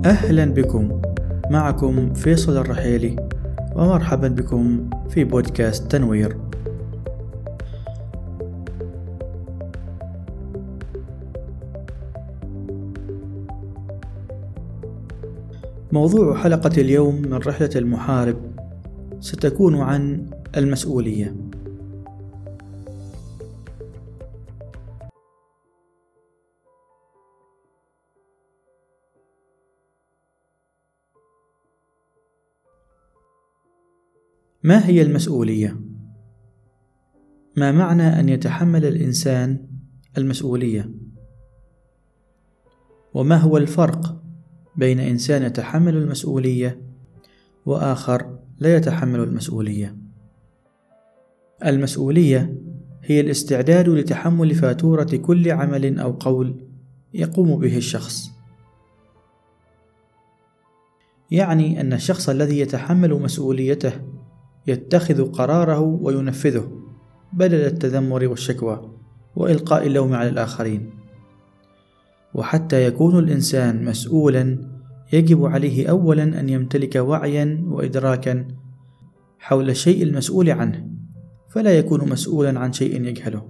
أهلا بكم، معكم فيصل الرحيلي، ومرحبا بكم في بودكاست تنوير. موضوع حلقة اليوم من رحلة المحارب ستكون عن المسؤولية. ما هي المسؤولية؟ ما معنى أن يتحمل الإنسان المسؤولية؟ وما هو الفرق بين إنسان يتحمل المسؤولية وآخر لا يتحمل المسؤولية؟ المسؤولية هي الاستعداد لتحمل فاتورة كل عمل أو قول يقوم به الشخص. يعني أن الشخص الذي يتحمل مسؤوليته يتخذ قراره وينفذه بدل التذمر والشكوى وإلقاء اللوم على الآخرين. وحتى يكون الإنسان مسؤولا يجب عليه أولا أن يمتلك وعيا وإدراكا حول الشيء المسؤول عنه، فلا يكون مسؤولا عن شيء يجهله.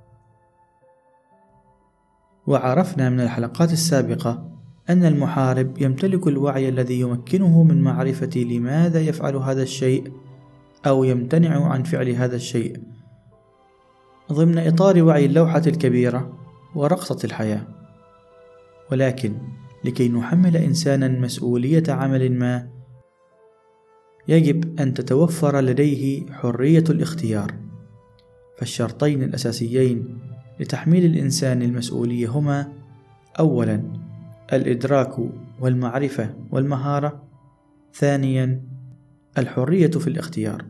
وعرفنا من الحلقات السابقة أن المحارب يمتلك الوعي الذي يمكنه من معرفة لماذا يفعل هذا الشيء أو يمتنع عن فعل هذا الشيء ضمن إطار وعي اللوحة الكبيرة ورقصة الحياة. ولكن لكي نحمل إنسانا مسؤولية عمل ما يجب أن تتوفر لديه حرية الاختيار. فالشرطين الأساسيين لتحميل الإنسان المسؤولية هما: أولا الإدراك والمعرفة والمهارة، ثانيا الحرية في الاختيار.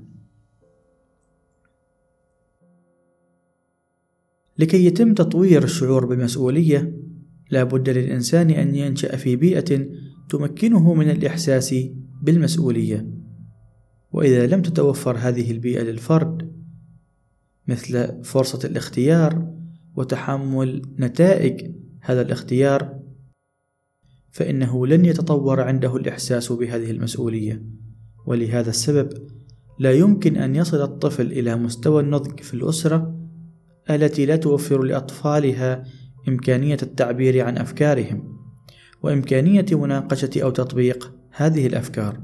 لكي يتم تطوير الشعور بالمسؤولية لا بد للإنسان أن ينشأ في بيئة تمكنه من الإحساس بالمسؤولية. وإذا لم تتوفر هذه البيئة للفرد مثل فرصة الاختيار وتحمل نتائج هذا الاختيار، فإنه لن يتطور عنده الإحساس بهذه المسؤولية. ولهذا السبب لا يمكن أن يصل الطفل إلى مستوى النضج في الأسرة التي لا توفر لأطفالها إمكانية التعبير عن أفكارهم وإمكانية مناقشة أو تطبيق هذه الأفكار.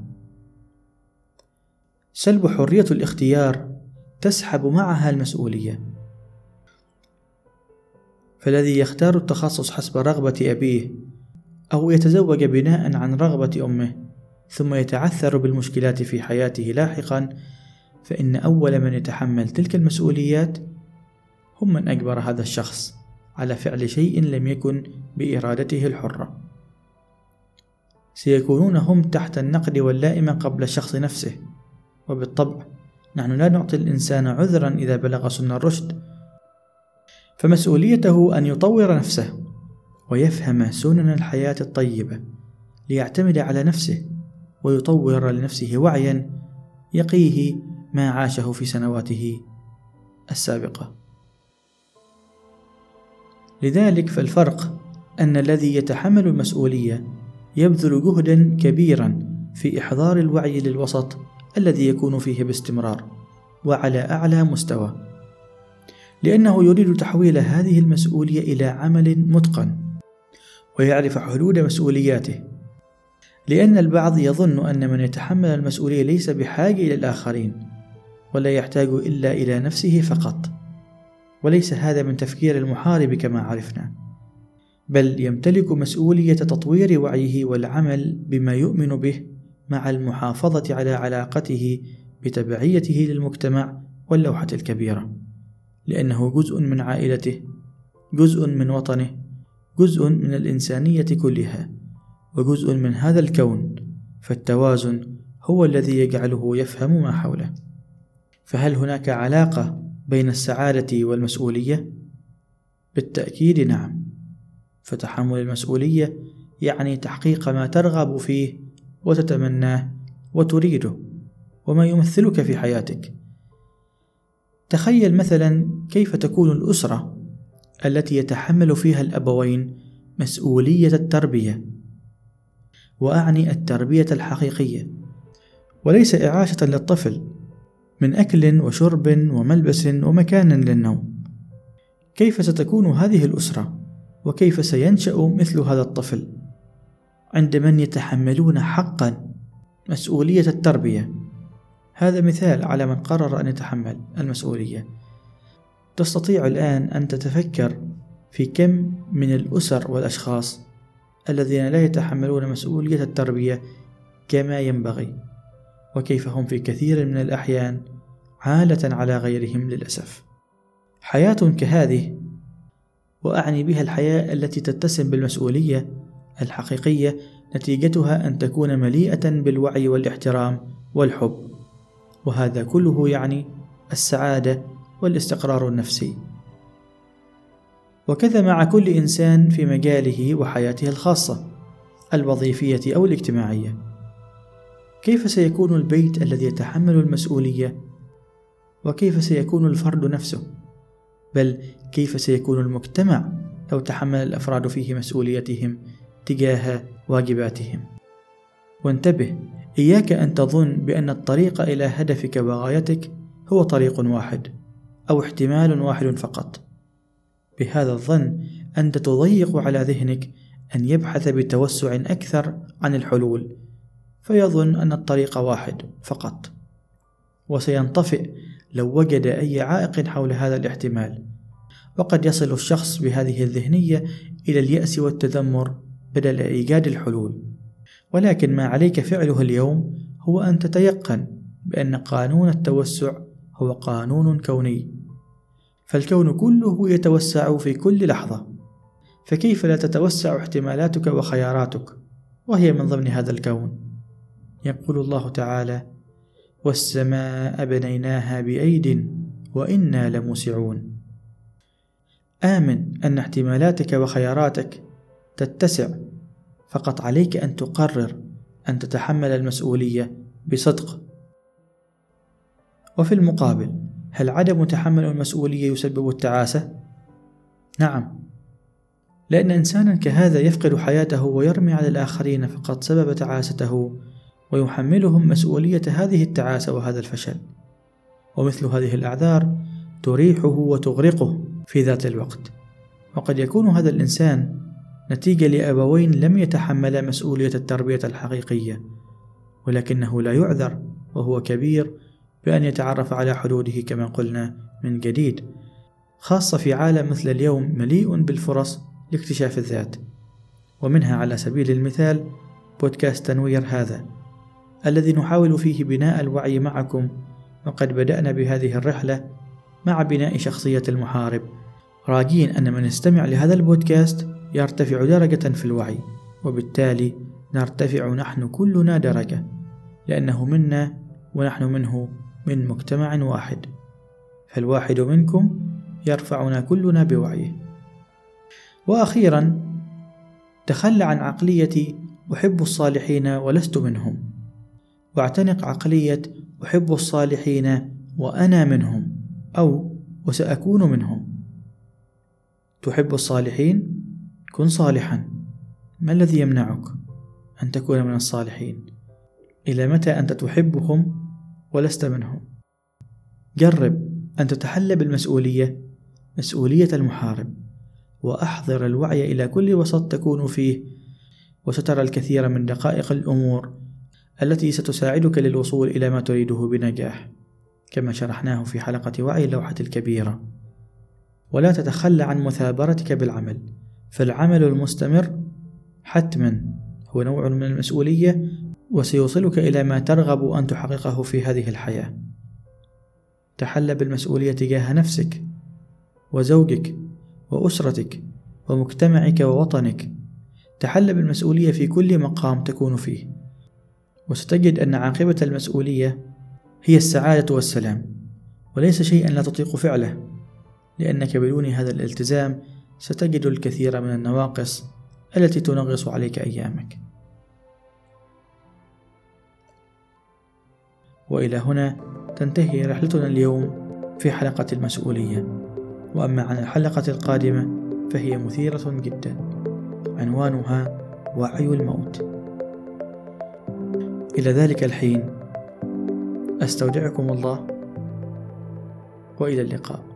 سلب حرية الاختيار تسحب معها المسؤولية. فالذي يختار التخصص حسب رغبة أبيه أو يتزوج بناء عن رغبة أمه ثم يتعثر بالمشكلات في حياته لاحقا، فإن أول من يتحمل تلك المسؤوليات هم من أجبر هذا الشخص على فعل شيء لم يكن بإرادته الحرة. سيكونون هم تحت النقد واللائمة قبل الشخص نفسه. وبالطبع نحن لا نعطي الإنسان عذرا إذا بلغ سن الرشد، فمسؤوليته أن يطور نفسه ويفهم سنن الحياة الطيبة ليعتمد على نفسه ويطور لنفسه وعيا يقيه ما عاشه في سنواته السابقة. لذلك فالفرق أن الذي يتحمل المسؤولية يبذل جهدا كبيرا في إحضار الوعي للوسط الذي يكون فيه باستمرار وعلى أعلى مستوى، لأنه يريد تحويل هذه المسؤولية إلى عمل متقن ويعرف حدود مسؤولياته. لأن البعض يظن أن من يتحمل المسؤولية ليس بحاجة إلى الآخرين ولا يحتاج إلا إلى نفسه فقط، وليس هذا من تفكير المحارب كما عرفنا، بل يمتلك مسؤولية تطوير وعيه والعمل بما يؤمن به مع المحافظة على علاقته بتبعيته للمجتمع واللوحة الكبيرة، لأنه جزء من عائلته، جزء من وطنه، جزء من الإنسانية كلها، وجزء من هذا الكون. فالتوازن هو الذي يجعله يفهم ما حوله. فهل هناك علاقة بين السعادة والمسؤولية؟ بالتأكيد نعم. فتحمل المسؤولية يعني تحقيق ما ترغب فيه وتتمناه وتريده وما يمثلك في حياتك. تخيل مثلا كيف تكون الأسرة التي يتحمل فيها الأبوين مسؤولية التربية وأعني التربية الحقيقية، وليس إعاشة للطفل من أكل وشرب وملبس ومكان للنوم. كيف ستكون هذه الأسرة؟ وكيف سينشأ مثل هذا الطفل عند من يتحملون حقا مسؤولية التربية؟ هذا مثال على من قرر أن يتحمل المسؤولية. تستطيع الآن أن تتفكر في كم من الأسر والأشخاص الذين لا يتحملون مسؤولية التربية كما ينبغي، وكيف هم في كثير من الأحيان عالة على غيرهم للأسف. حياة كهذه، وأعني بها الحياة التي تتسم بالمسؤولية الحقيقية، نتيجتها أن تكون مليئة بالوعي والاحترام والحب، وهذا كله يعني السعادة والاستقرار النفسي. وكذا مع كل إنسان في مجاله وحياته الخاصة الوظيفية أو الاجتماعية. كيف سيكون البيت الذي يتحمل المسؤولية؟ وكيف سيكون الفرد نفسه؟ بل كيف سيكون المجتمع لو تحمل الأفراد فيه مسؤوليتهم تجاه واجباتهم؟ وانتبه، إياك أن تظن بأن الطريق إلى هدفك وغايتك هو طريق واحد أو احتمال واحد فقط. بهذا الظن أنت تضيق على ذهنك أن يبحث بتوسع أكثر عن الحلول، فيظن أن الطريق واحد فقط، وسينطفئ لو وجد أي عائق حول هذا الاحتمال. وقد يصل الشخص بهذه الذهنية إلى اليأس والتذمر بدل إيجاد الحلول. ولكن ما عليك فعله اليوم هو أن تتيقن بأن قانون التوسع هو قانون كوني، فالكون كله يتوسع في كل لحظة، فكيف لا تتوسع احتمالاتك وخياراتك وهي من ضمن هذا الكون؟ يقول الله تعالى: والسماء بنيناها بأيد وإنا لموسعون. آمن أن احتمالاتك وخياراتك تتسع، فقط عليك أن تقرر أن تتحمل المسؤولية بصدق. وفي المقابل، هل عدم تحمل المسؤولية يسبب التعاسة؟ نعم، لأن إنسانا كهذا يفقد حياته ويرمي على الآخرين فقط سبب تعاسته، ويحملهم مسؤولية هذه التعاسة وهذا الفشل. ومثل هذه الأعذار تريحه وتغرقه في ذات الوقت. وقد يكون هذا الإنسان نتيجة لأبوين لم يتحملا مسؤولية التربية الحقيقية، ولكنه لا يعذر وهو كبير بأن يتعرف على حدوده كما قلنا من جديد، خاصة في عالم مثل اليوم مليء بالفرص لاكتشاف الذات. ومنها على سبيل المثال بودكاست تنوير هذا، الذي نحاول فيه بناء الوعي معكم. وقد بدأنا بهذه الرحلة مع بناء شخصية المحارب، راجين أن من يستمع لهذا البودكاست يرتفع درجة في الوعي، وبالتالي نرتفع نحن كلنا درجة، لأنه منا ونحن منه من مجتمع واحد، فالواحد منكم يرفعنا كلنا بوعيه. وأخيرا، تخلى عن عقلية أحب الصالحين ولست منهم، واعتنق عقلية أحب الصالحين وأنا منهم، أو وسأكون منهم. تحب الصالحين؟ كن صالحا. ما الذي يمنعك أن تكون من الصالحين؟ إلى متى أنت تحبهم ولست منهم؟ جرب أن تتحلى بالمسؤولية، مسؤولية المحارب، وأحضر الوعي إلى كل وسط تكون فيه، وسترى الكثير من دقائق الأمور التي ستساعدك للوصول إلى ما تريده بنجاح، كما شرحناه في حلقة وعي اللوحة الكبيرة. ولا تتخلى عن مثابرتك بالعمل، فالعمل المستمر حتما هو نوع من المسؤولية، وسيوصلك إلى ما ترغب أن تحققه في هذه الحياة. تحلى بالمسؤولية تجاه نفسك وزوجك وأسرتك ومجتمعك ووطنك. تحلى بالمسؤولية في كل مقام تكون فيه، وستجد أن عاقبة المسؤولية هي السعادة والسلام، وليس شيئا لا تطيق فعله، لأنك بدون هذا الالتزام ستجد الكثير من النواقص التي تنغص عليك أيامك. وإلى هنا تنتهي رحلتنا اليوم في حلقة المسؤولية. وأما عن الحلقة القادمة فهي مثيرة جدا، عنوانها وعي الموت. إلى ذلك الحين أستودعكم الله، وإلى اللقاء.